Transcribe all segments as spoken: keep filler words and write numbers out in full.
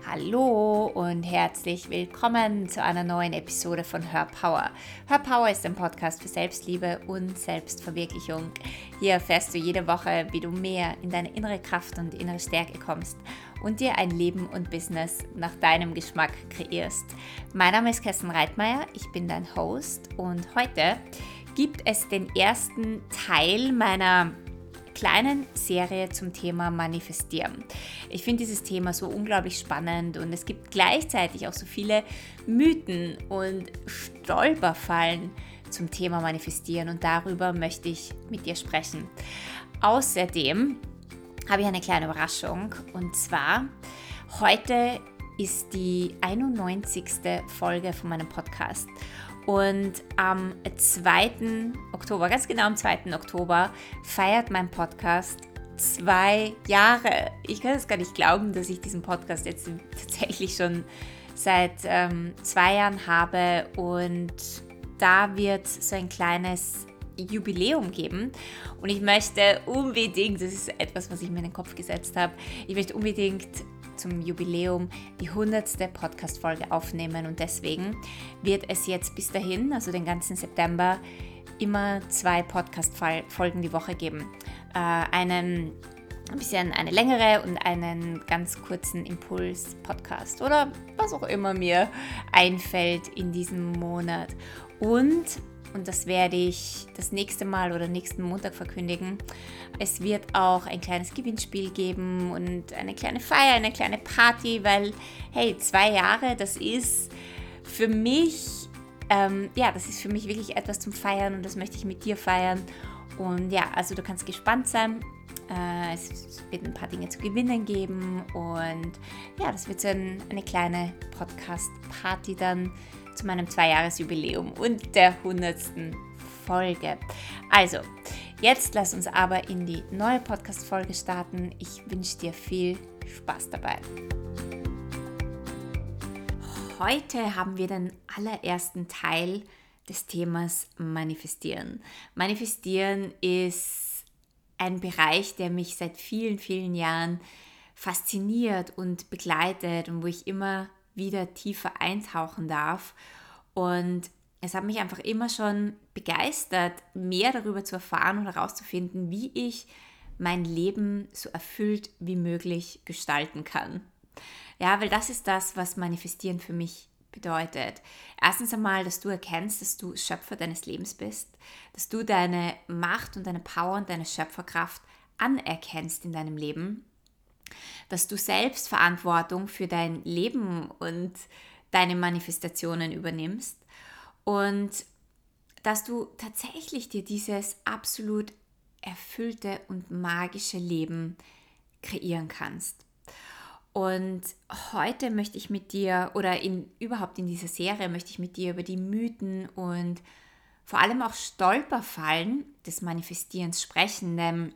Hallo und herzlich willkommen zu einer neuen Episode von Her Power. Her Power ist ein Podcast für Selbstliebe und Selbstverwirklichung. Hier erfährst du jede Woche, wie du mehr in deine innere Kraft und innere Stärke kommst und dir ein Leben und Business nach deinem Geschmack kreierst. Mein Name ist Kerstin Reitmeier, ich bin dein Host und heute gibt es den ersten Teil meiner kleinen Serie zum Thema Manifestieren. Ich finde dieses Thema so unglaublich spannend und es gibt gleichzeitig auch so viele Mythen und Stolperfallen zum Thema Manifestieren und darüber möchte ich mit dir sprechen. Außerdem habe ich eine kleine Überraschung und zwar heute ist die einundneunzigste Folge von meinem Podcast. Und am zweiten Oktober, ganz genau am zweiten Oktober, feiert mein Podcast zwei Jahre. Ich kann es gar nicht glauben, dass ich diesen Podcast jetzt tatsächlich schon seit ähm, zwei Jahren habe. Und da wird so ein kleines Jubiläum geben. Und ich möchte unbedingt, das ist etwas, was ich mir in den Kopf gesetzt habe, ich möchte unbedingt zum Jubiläum die hundertste Podcast-Folge aufnehmen und deswegen wird es jetzt bis dahin, also den ganzen September, immer zwei Podcast-Folgen die Woche geben. Äh, einen, ein bisschen eine längere und einen ganz kurzen Impuls-Podcast oder was auch immer mir einfällt in diesem Monat. Und Und das werde ich das nächste Mal oder nächsten Montag verkündigen. Es wird auch ein kleines Gewinnspiel geben und eine kleine Feier, eine kleine Party, weil, hey, zwei Jahre, das ist für mich, ähm, ja, das ist für mich wirklich etwas zum Feiern und das möchte ich mit dir feiern. Und ja, also du kannst gespannt sein. Äh, es wird ein paar Dinge zu gewinnen geben und ja, das wird so ein, eine kleine Podcast-Party dann zu meinem Zweijahresjubiläum und der hundertsten Folge. Also, jetzt lass uns aber in die neue Podcast-Folge starten. Ich wünsche dir viel Spaß dabei. Heute haben wir den allerersten Teil des Themas Manifestieren. Manifestieren ist ein Bereich, der mich seit vielen, vielen Jahren fasziniert und begleitet und wo ich immer wieder tiefer eintauchen darf. Und es hat mich einfach immer schon begeistert, mehr darüber zu erfahren und herauszufinden, wie ich mein Leben so erfüllt wie möglich gestalten kann. Ja, weil das ist das, was Manifestieren für mich bedeutet. Erstens einmal, dass du erkennst, dass du Schöpfer deines Lebens bist, dass du deine Macht und deine Power und deine Schöpferkraft anerkennst in deinem Leben, dass du selbst Verantwortung für dein Leben und deine Manifestationen übernimmst und dass du tatsächlich dir dieses absolut erfüllte und magische Leben kreieren kannst. Und heute möchte ich mit dir, oder in, überhaupt in dieser Serie möchte ich mit dir über die Mythen und vor allem auch Stolperfallen des Manifestierens sprechen, denn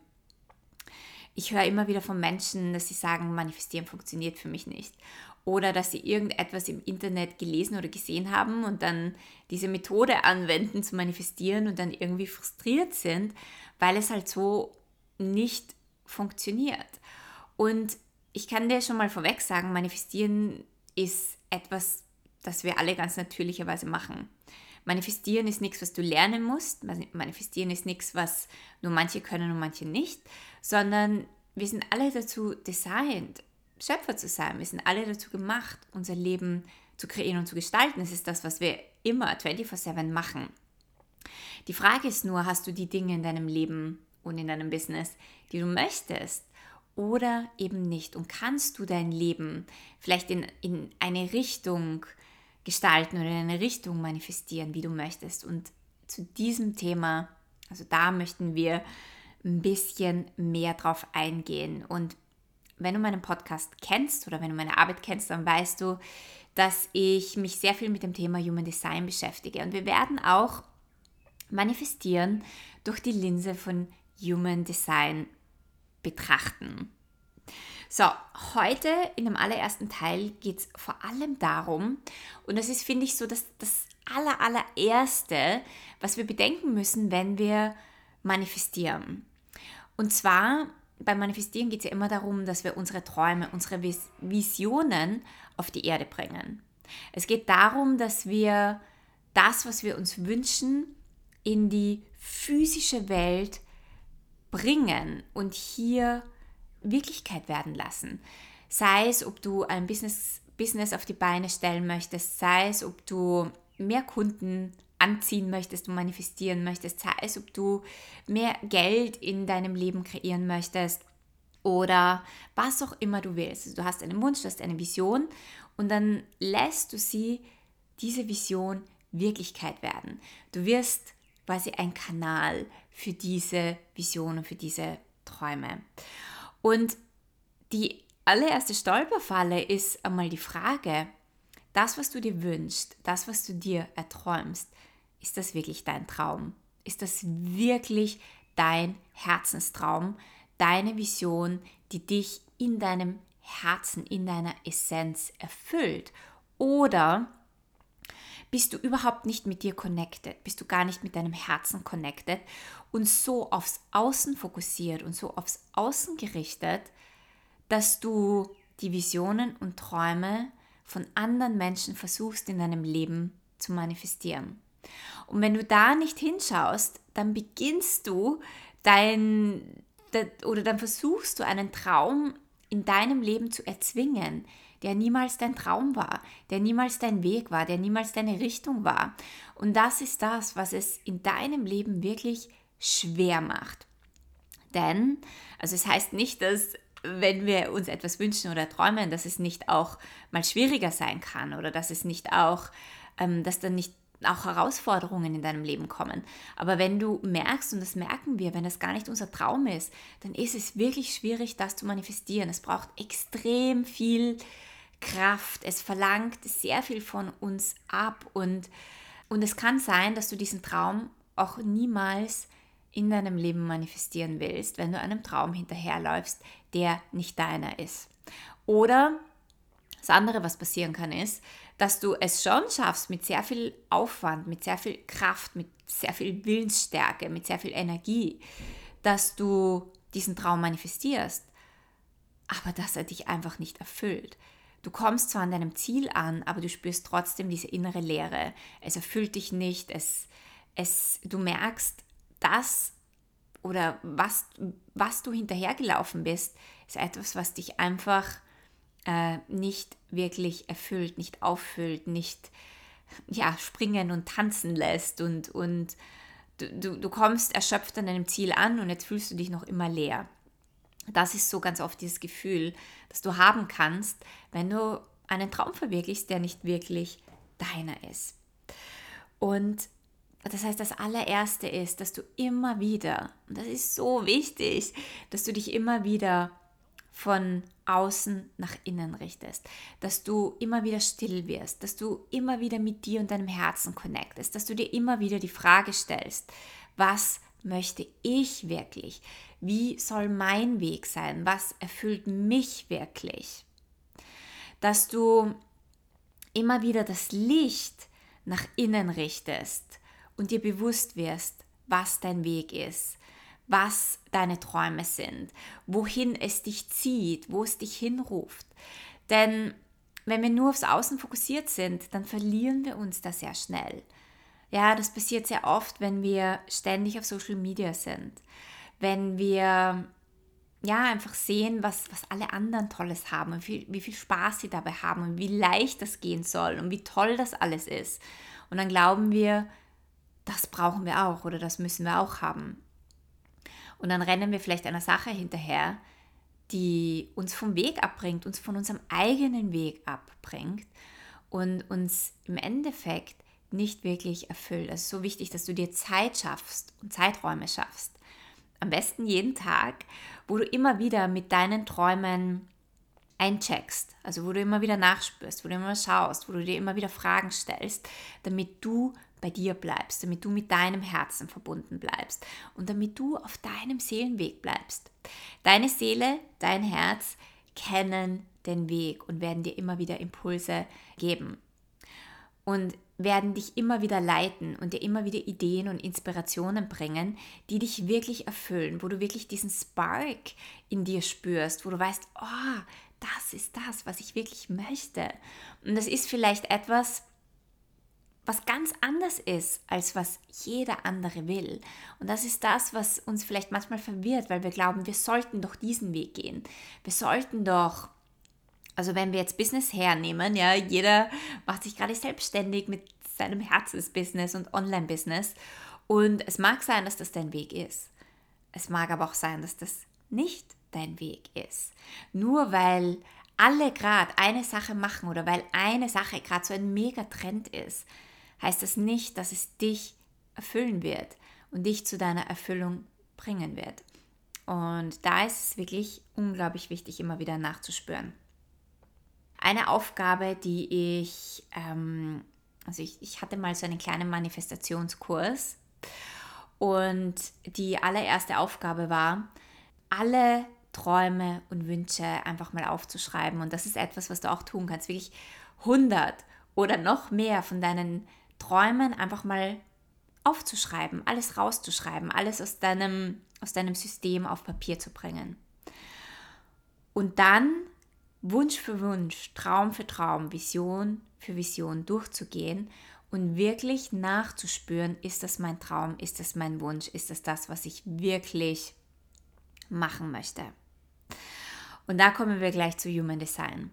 ich höre immer wieder von Menschen, dass sie sagen, Manifestieren funktioniert für mich nicht. Oder dass sie irgendetwas im Internet gelesen oder gesehen haben und dann diese Methode anwenden zu manifestieren und dann irgendwie frustriert sind, weil es halt so nicht funktioniert. Und ich kann dir schon mal vorweg sagen, Manifestieren ist etwas, das wir alle ganz natürlicherweise machen. Manifestieren ist nichts, was du lernen musst. Manifestieren ist nichts, was nur manche können und manche nicht, sondern wir sind alle dazu designt, Schöpfer zu sein. Wir sind alle dazu gemacht, unser Leben zu kreieren und zu gestalten. Das ist das, was wir immer vierundzwanzig sieben machen. Die Frage ist nur, hast du die Dinge in deinem Leben und in deinem Business, die du möchtest oder eben nicht? Und kannst du dein Leben vielleicht in, in eine Richtung gestalten oder in eine Richtung manifestieren, wie du möchtest? Und zu diesem Thema, also da möchten wir ein bisschen mehr drauf eingehen. Und wenn du meinen Podcast kennst oder wenn du meine Arbeit kennst, dann weißt du, dass ich mich sehr viel mit dem Thema Human Design beschäftige. Und wir werden auch Manifestieren durch die Linse von Human Design betrachten. So, heute in dem allerersten Teil geht es vor allem darum, und das ist, finde ich, so das, das aller, allererste, was wir bedenken müssen, wenn wir manifestieren. Und zwar beim Manifestieren geht es ja immer darum, dass wir unsere Träume, unsere Vis- Visionen auf die Erde bringen. Es geht darum, dass wir das, was wir uns wünschen, in die physische Welt bringen und hier Wirklichkeit werden lassen. Sei es, ob du ein Business, Business auf die Beine stellen möchtest, sei es, ob du mehr Kunden anziehen möchtest und manifestieren möchtest, sei es, ob du mehr Geld in deinem Leben kreieren möchtest oder was auch immer du willst. Also du hast einen Wunsch, du hast eine Vision und dann lässt du sie, diese Vision, Wirklichkeit werden. Du wirst quasi ein Kanal für diese Vision und für diese Träume. Und die allererste Stolperfalle ist einmal die Frage, das, was du dir wünschst, das, was du dir erträumst, ist das wirklich dein Traum? Ist das wirklich dein Herzenstraum, deine Vision, die dich in deinem Herzen, in deiner Essenz erfüllt? Oder bist du überhaupt nicht mit dir connected? Bist du gar nicht mit deinem Herzen connected und so aufs Außen fokussiert und so aufs Außen gerichtet, dass du die Visionen und Träume von anderen Menschen versuchst in deinem Leben zu manifestieren. Und wenn du da nicht hinschaust, dann beginnst du dein, oder dann versuchst du einen Traum in deinem Leben zu erzwingen, der niemals dein Traum war, der niemals dein Weg war, der niemals deine Richtung war. Und das ist das, was es in deinem Leben wirklich schwer macht. Denn, also es heißt nicht, dass wenn wir uns etwas wünschen oder träumen, dass es nicht auch mal schwieriger sein kann oder dass es nicht auch, ähm, dass dann nicht auch Herausforderungen in deinem Leben kommen. Aber wenn du merkst, und das merken wir, wenn das gar nicht unser Traum ist, dann ist es wirklich schwierig, das zu manifestieren. Es braucht extrem viel Kraft. Es verlangt sehr viel von uns ab. Und, und es kann sein, dass du diesen Traum auch niemals in deinem Leben manifestieren willst, wenn du einem Traum hinterherläufst, der nicht deiner ist. Oder das andere, was passieren kann, ist, dass du es schon schaffst, mit sehr viel Aufwand, mit sehr viel Kraft, mit sehr viel Willensstärke, mit sehr viel Energie, dass du diesen Traum manifestierst, aber dass er dich einfach nicht erfüllt. Du kommst zwar an deinem Ziel an, aber du spürst trotzdem diese innere Leere. Es erfüllt dich nicht, es, es, du merkst, das oder was, was du hinterhergelaufen bist, ist etwas, was dich einfach äh, nicht wirklich erfüllt, nicht auffüllt, nicht ja, springen und tanzen lässt und, und du, du, du kommst erschöpft an deinem Ziel an und jetzt fühlst du dich noch immer leer. Das ist so ganz oft dieses Gefühl, das du haben kannst, wenn du einen Traum verwirklichst, der nicht wirklich deiner ist. Und das heißt, das allererste ist, dass du immer wieder, und das ist so wichtig, dass du dich immer wieder von außen nach innen richtest, dass du immer wieder still wirst, dass du immer wieder mit dir und deinem Herzen connectest, dass du dir immer wieder die Frage stellst, was möchte ich wirklich? Wie soll mein Weg sein? Was erfüllt mich wirklich? Dass du immer wieder das Licht nach innen richtest und dir bewusst wirst, was dein Weg ist, was deine Träume sind, wohin es dich zieht, wo es dich hinruft. Denn wenn wir nur aufs Außen fokussiert sind, dann verlieren wir uns da sehr schnell. Ja, das passiert sehr oft, wenn wir ständig auf Social Media sind, wenn wir ja einfach sehen, was, was alle anderen Tolles haben und wie, wie viel Spaß sie dabei haben und wie leicht das gehen soll und wie toll das alles ist. Und dann glauben wir, das brauchen wir auch oder das müssen wir auch haben. Und dann rennen wir vielleicht einer Sache hinterher, die uns vom Weg abbringt, uns von unserem eigenen Weg abbringt und uns im Endeffekt nicht wirklich erfüllt. Es ist so wichtig, dass du dir Zeit schaffst und Zeiträume schaffst. Am besten jeden Tag, wo du immer wieder mit deinen Träumen eincheckst, also wo du immer wieder nachspürst, wo du immer schaust, wo du dir immer wieder Fragen stellst, damit du bei dir bleibst, damit du mit deinem Herzen verbunden bleibst und damit du auf deinem Seelenweg bleibst. Deine Seele, dein Herz kennen den Weg und werden dir immer wieder Impulse geben. und werden dich immer wieder leiten und dir immer wieder Ideen und Inspirationen bringen, die dich wirklich erfüllen, wo du wirklich diesen Spark in dir spürst, wo du weißt, oh, das ist das, was ich wirklich möchte. Und das ist vielleicht etwas, was ganz anders ist, als was jeder andere will. Und das ist das, was uns vielleicht manchmal verwirrt, weil wir glauben, wir sollten doch diesen Weg gehen. Wir sollten doch, also wenn wir jetzt Business hernehmen, ja, jeder macht sich gerade selbstständig mit seinem Herzensbusiness und Online-Business. Und es mag sein, dass das dein Weg ist. Es mag aber auch sein, dass das nicht dein Weg ist. Nur weil alle gerade eine Sache machen oder weil eine Sache gerade so ein Megatrend ist, heißt das nicht, dass es dich erfüllen wird und dich zu deiner Erfüllung bringen wird. Und da ist es wirklich unglaublich wichtig, immer wieder nachzuspüren. Eine Aufgabe, die ich, ähm, also ich, ich hatte mal so einen kleinen Manifestationskurs und die allererste Aufgabe war, alle Träume und Wünsche einfach mal aufzuschreiben. Und das ist etwas, was du auch tun kannst, wirklich hundert oder noch mehr von deinen Träumen einfach mal aufzuschreiben, alles rauszuschreiben, alles aus deinem, aus deinem System auf Papier zu bringen. Und dann Wunsch für Wunsch, Traum für Traum, Vision für Vision durchzugehen und wirklich nachzuspüren, ist das mein Traum, ist das mein Wunsch, ist das das, was ich wirklich machen möchte. Und da kommen wir gleich zu Human Design.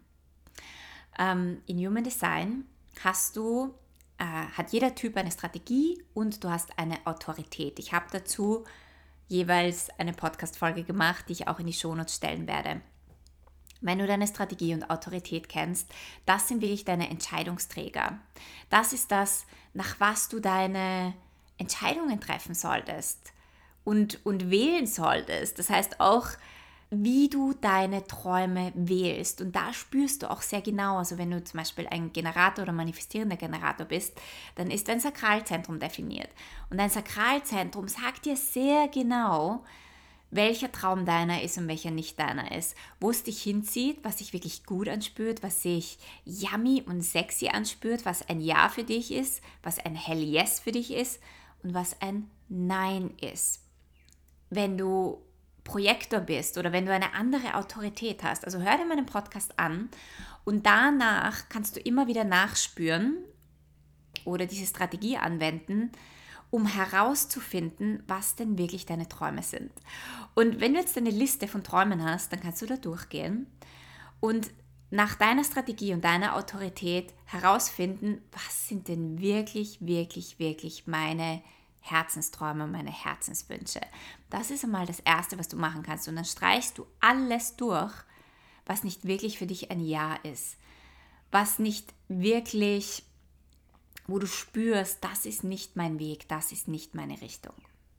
Ähm, in Human Design hast du hat jeder Typ eine Strategie und du hast eine Autorität. Ich habe dazu jeweils eine Podcast-Folge gemacht, die ich auch in die Shownotes stellen werde. Wenn du deine Strategie und Autorität kennst, das sind wirklich deine Entscheidungsträger. Das ist das, nach was du deine Entscheidungen treffen solltest und, und wählen solltest. Das heißt auch, wie du deine Träume wählst. Und da spürst du auch sehr genau, also wenn du zum Beispiel ein Generator oder manifestierender Generator bist, dann ist dein Sakralzentrum definiert. Und dein Sakralzentrum sagt dir sehr genau, welcher Traum deiner ist und welcher nicht deiner ist, wo es dich hinzieht, was sich wirklich gut anspürt, was sich yummy und sexy anspürt, was ein Ja für dich ist, was ein Hell Yes für dich ist und was ein Nein ist. Wenn du Projektor bist oder wenn du eine andere Autorität hast, also hör dir meinen Podcast an und danach kannst du immer wieder nachspüren oder diese Strategie anwenden, um herauszufinden, was denn wirklich deine Träume sind. Und wenn du jetzt eine Liste von Träumen hast, dann kannst du da durchgehen und nach deiner Strategie und deiner Autorität herausfinden, was sind denn wirklich, wirklich, wirklich meine Herzensträume und meine Herzenswünsche. Das ist einmal das Erste, was du machen kannst. Und dann streichst du alles durch, was nicht wirklich für dich ein Ja ist. Was nicht wirklich, wo du spürst, das ist nicht mein Weg, das ist nicht meine Richtung.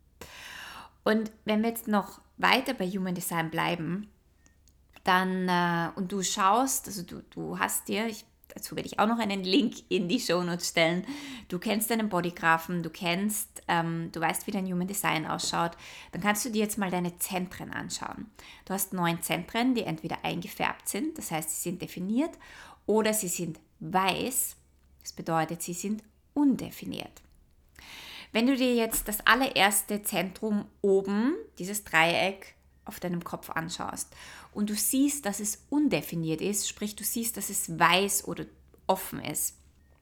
Und wenn wir jetzt noch weiter bei Human Design bleiben, dann, äh, und du schaust, also du, du hast dir, ich dazu werde ich auch noch einen Link in die Shownotes stellen. Du kennst deinen Bodygraphen, du kennst, ähm, du weißt, wie dein Human Design ausschaut. Dann kannst du dir jetzt mal deine Zentren anschauen. Du hast neun Zentren, die entweder eingefärbt sind, das heißt, sie sind definiert, oder sie sind weiß, das bedeutet, sie sind undefiniert. Wenn du dir jetzt das allererste Zentrum oben, dieses Dreieck, auf deinem Kopf anschaust und du siehst, dass es undefiniert ist, sprich du siehst, dass es weiß oder offen ist,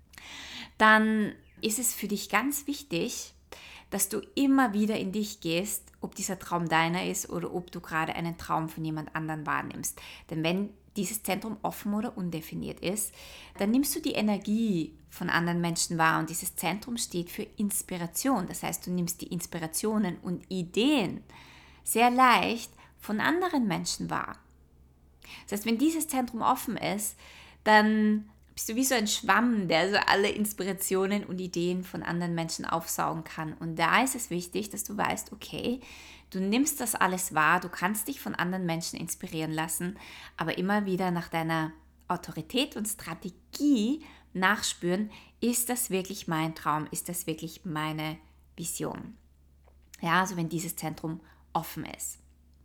dann ist es für dich ganz wichtig, dass du immer wieder in dich gehst, ob dieser Traum deiner ist oder ob du gerade einen Traum von jemand anderem wahrnimmst. Denn wenn dieses Zentrum offen oder undefiniert ist, dann nimmst du die Energie von anderen Menschen wahr und dieses Zentrum steht für Inspiration. Das heißt, du nimmst die Inspirationen und Ideen sehr leicht von anderen Menschen wahr. Das heißt, wenn dieses Zentrum offen ist, dann bist du wie so ein Schwamm, der so alle Inspirationen und Ideen von anderen Menschen aufsaugen kann. Und da ist es wichtig, dass du weißt, okay, du nimmst das alles wahr, du kannst dich von anderen Menschen inspirieren lassen, aber immer wieder nach deiner Autorität und Strategie nachspüren, ist das wirklich mein Traum, ist das wirklich meine Vision? Ja, also wenn dieses Zentrum offen ist.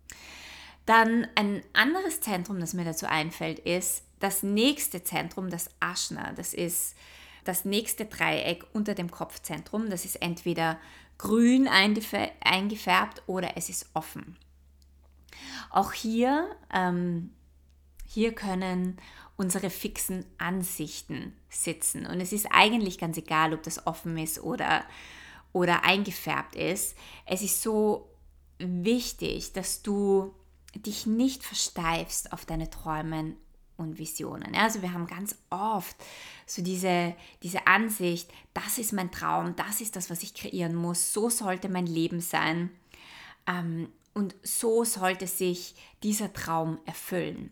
Dann ein anderes Zentrum, das mir dazu einfällt, ist das nächste Zentrum, das Ajna. Das ist das nächste Dreieck unter dem Kopfzentrum, das ist entweder grün eingefärbt oder es ist offen. Auch hier, ähm, hier können unsere fixen Ansichten sitzen. Und es ist eigentlich ganz egal, ob das offen ist oder, oder eingefärbt ist. Es ist so wichtig, dass du dich nicht versteifst auf deine Träume und Visionen. Also wir haben ganz oft so diese, diese Ansicht, das ist mein Traum, das ist das, was ich kreieren muss, so sollte mein Leben sein ähm, und so sollte sich dieser Traum erfüllen.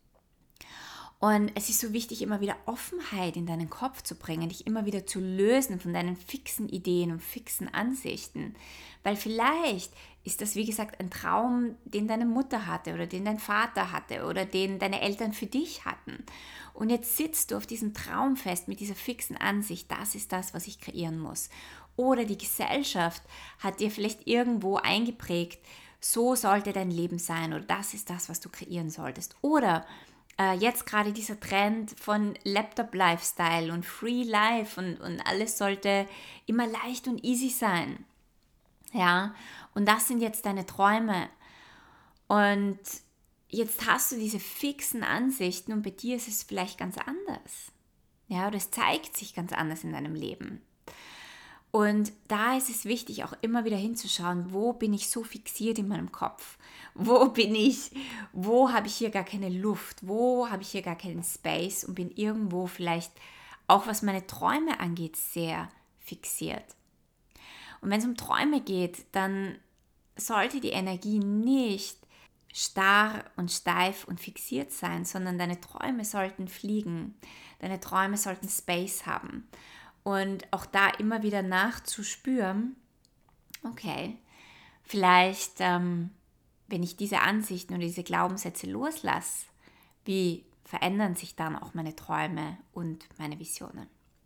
Und es ist so wichtig, immer wieder Offenheit in deinen Kopf zu bringen, dich immer wieder zu lösen von deinen fixen Ideen und fixen Ansichten. Weil vielleicht ist das, wie gesagt, ein Traum, den deine Mutter hatte oder den dein Vater hatte oder den deine Eltern für dich hatten. Und jetzt sitzt du auf diesem Traum fest mit dieser fixen Ansicht, das ist das, was ich kreieren muss. Oder die Gesellschaft hat dir vielleicht irgendwo eingeprägt, so sollte dein Leben sein oder das ist das, was du kreieren solltest. Oder jetzt gerade dieser Trend von Laptop-Lifestyle und Free Life und, und alles sollte immer leicht und easy sein. Ja, und das sind jetzt deine Träume. Und jetzt hast du diese fixen Ansichten und bei dir ist es vielleicht ganz anders. Ja, oder es zeigt sich ganz anders in deinem Leben. Und da ist es wichtig, auch immer wieder hinzuschauen, wo bin ich so fixiert in meinem Kopf? Wo bin ich, wo habe ich hier gar keine Luft? Wo habe ich hier gar keinen Space und bin irgendwo vielleicht, auch was meine Träume angeht, sehr fixiert? Und wenn es um Träume geht, dann sollte die Energie nicht starr und steif und fixiert sein, sondern deine Träume sollten fliegen. Deine Träume sollten Space haben. Und auch da immer wieder nachzuspüren, okay, vielleicht, ähm, wenn ich diese Ansichten oder diese Glaubenssätze loslasse, wie verändern sich dann auch meine Träume und meine Visionen?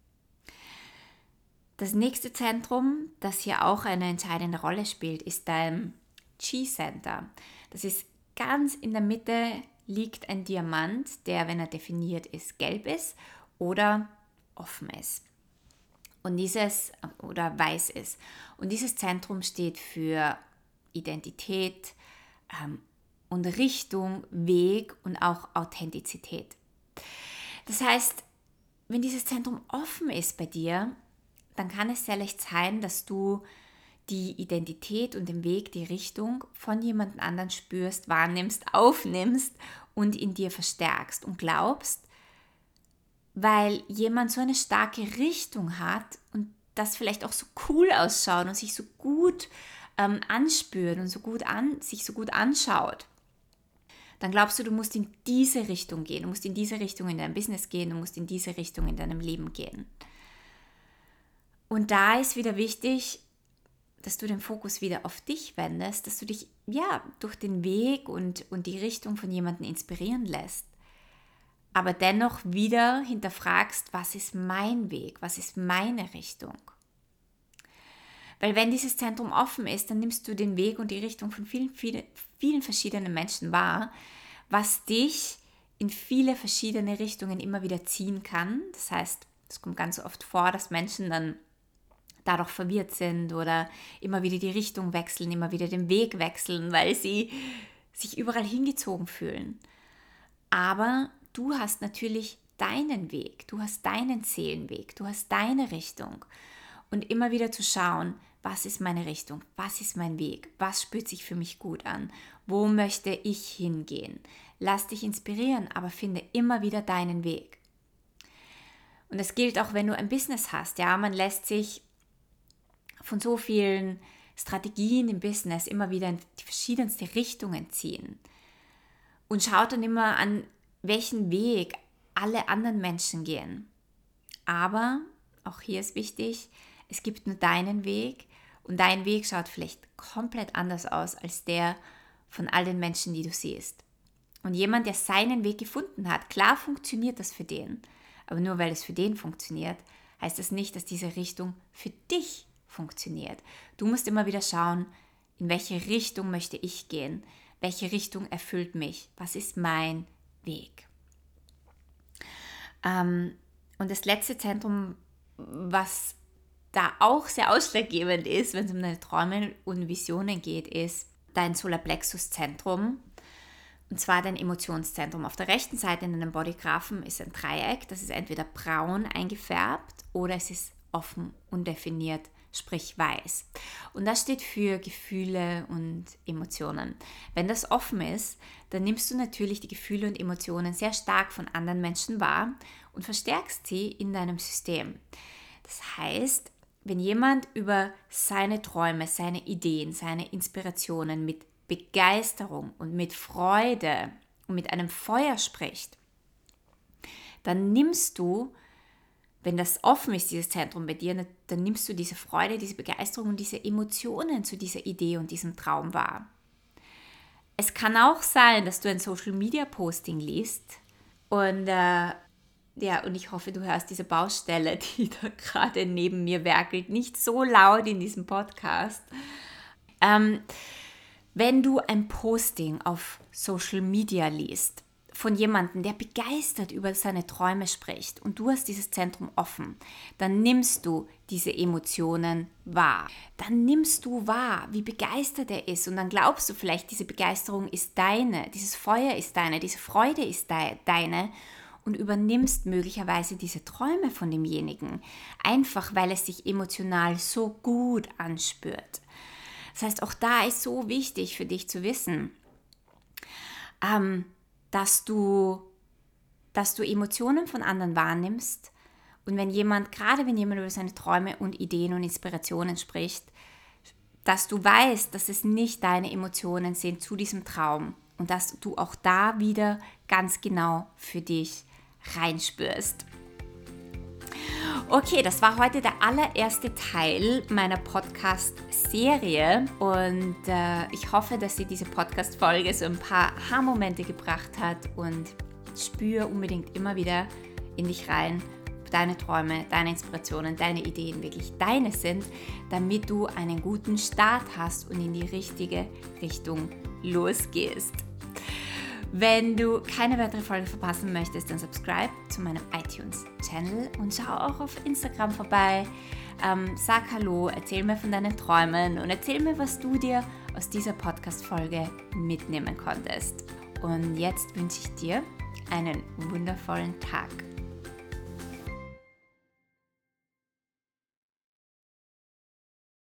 Das nächste Zentrum, das hier auch eine entscheidende Rolle spielt, ist dein Chi-Center. Das ist ganz in der Mitte liegt ein Diamant, der, wenn er definiert ist, gelb ist oder offen ist. Und dieses, oder weiß ist. Und dieses Zentrum steht für Identität ähm, und Richtung, Weg und auch Authentizität. Das heißt, wenn dieses Zentrum offen ist bei dir, dann kann es sehr leicht sein, dass du die Identität und den Weg, die Richtung von jemand anderen spürst, wahrnimmst, aufnimmst und in dir verstärkst und glaubst, weil jemand so eine starke Richtung hat und das vielleicht auch so cool ausschaut und sich so gut ähm, anspürt und so gut an, sich so gut anschaut, dann glaubst du, du musst in diese Richtung gehen, du musst in diese Richtung in deinem Business gehen, du musst in diese Richtung in deinem Leben gehen. Und da ist wieder wichtig, dass du den Fokus wieder auf dich wendest, dass du dich ja durch den Weg und, und die Richtung von jemandem inspirieren lässt. Aber dennoch wieder hinterfragst, was ist mein Weg, was ist meine Richtung? Weil wenn dieses Zentrum offen ist, dann nimmst du den Weg und die Richtung von vielen, vielen, vielen verschiedenen Menschen wahr, was dich in viele verschiedene Richtungen immer wieder ziehen kann. Das heißt, es kommt ganz oft vor, dass Menschen dann dadurch verwirrt sind oder immer wieder die Richtung wechseln, immer wieder den Weg wechseln, weil sie sich überall hingezogen fühlen. Aber du hast natürlich deinen Weg, du hast deinen Seelenweg, du hast deine Richtung. Und immer wieder zu schauen, was ist meine Richtung, was ist mein Weg, was spürt sich für mich gut an, wo möchte ich hingehen. Lass dich inspirieren, aber finde immer wieder deinen Weg. Und das gilt auch, wenn du ein Business hast. Ja, man lässt sich von so vielen Strategien im Business immer wieder in die verschiedensten Richtungen ziehen. Und schaut dann immer an, welchen Weg alle anderen Menschen gehen. Aber, auch hier ist wichtig, es gibt nur deinen Weg und dein Weg schaut vielleicht komplett anders aus als der von all den Menschen, die du siehst. Und jemand, der seinen Weg gefunden hat, klar funktioniert das für den, aber nur weil es für den funktioniert, heißt das nicht, dass diese Richtung für dich funktioniert. Du musst immer wieder schauen, in welche Richtung möchte ich gehen, welche Richtung erfüllt mich, was ist mein Weg. Ähm, und das letzte Zentrum, was da auch sehr ausschlaggebend ist, wenn es um deine Träume und Visionen geht, ist dein Solarplexus-Zentrum. Und zwar dein Emotionszentrum. Auf der rechten Seite in deinem Bodygraphen ist ein Dreieck, das ist entweder braun eingefärbt oder es ist offen, undefiniert, sprich weiß. Und das steht für Gefühle und Emotionen. Wenn das offen ist, dann nimmst du natürlich die Gefühle und Emotionen sehr stark von anderen Menschen wahr und verstärkst sie in deinem System. Das heißt, wenn jemand über seine Träume, seine Ideen, seine Inspirationen mit Begeisterung und mit Freude und mit einem Feuer spricht, dann nimmst du, wenn das offen ist, dieses Zentrum bei dir, dann nimmst du diese Freude, diese Begeisterung und diese Emotionen zu dieser Idee und diesem Traum wahr. Es kann auch sein, dass du ein Social-Media-Posting liest und äh, ja, und ich hoffe, du hörst diese Baustelle, die da gerade neben mir werkelt, nicht so laut in diesem Podcast. Ähm, wenn du ein Posting auf Social Media liest von jemandem, der begeistert über seine Träume spricht und du hast dieses Zentrum offen, dann nimmst du diese Emotionen wahr. Dann nimmst du wahr, wie begeistert er ist und dann glaubst du vielleicht, diese Begeisterung ist deine, dieses Feuer ist deine, diese Freude ist de- deine und übernimmst möglicherweise diese Träume von demjenigen, einfach weil es sich emotional so gut anspürt. Das heißt, auch da ist so wichtig für dich zu wissen, ähm, dass du, dass du Emotionen von anderen wahrnimmst und wenn jemand, gerade wenn jemand über seine Träume und Ideen und Inspirationen spricht, dass du weißt, dass es nicht deine Emotionen sind zu diesem Traum und dass du auch da wieder ganz genau für dich reinspürst. Okay, das war heute der allererste Teil meiner Podcast-Serie und äh, ich hoffe, dass dir diese Podcast-Folge so ein paar Aha-Momente gebracht hat und spür unbedingt immer wieder in dich rein, ob deine Träume, deine Inspirationen, deine Ideen wirklich deine sind, damit du einen guten Start hast und in die richtige Richtung losgehst. Wenn du keine weitere Folge verpassen möchtest, dann subscribe zu meinem iTunes-Channel und schau auch auf Instagram vorbei. Ähm, sag Hallo, erzähl mir von deinen Träumen und erzähl mir, was du dir aus dieser Podcast-Folge mitnehmen konntest. Und jetzt wünsche ich dir einen wundervollen Tag.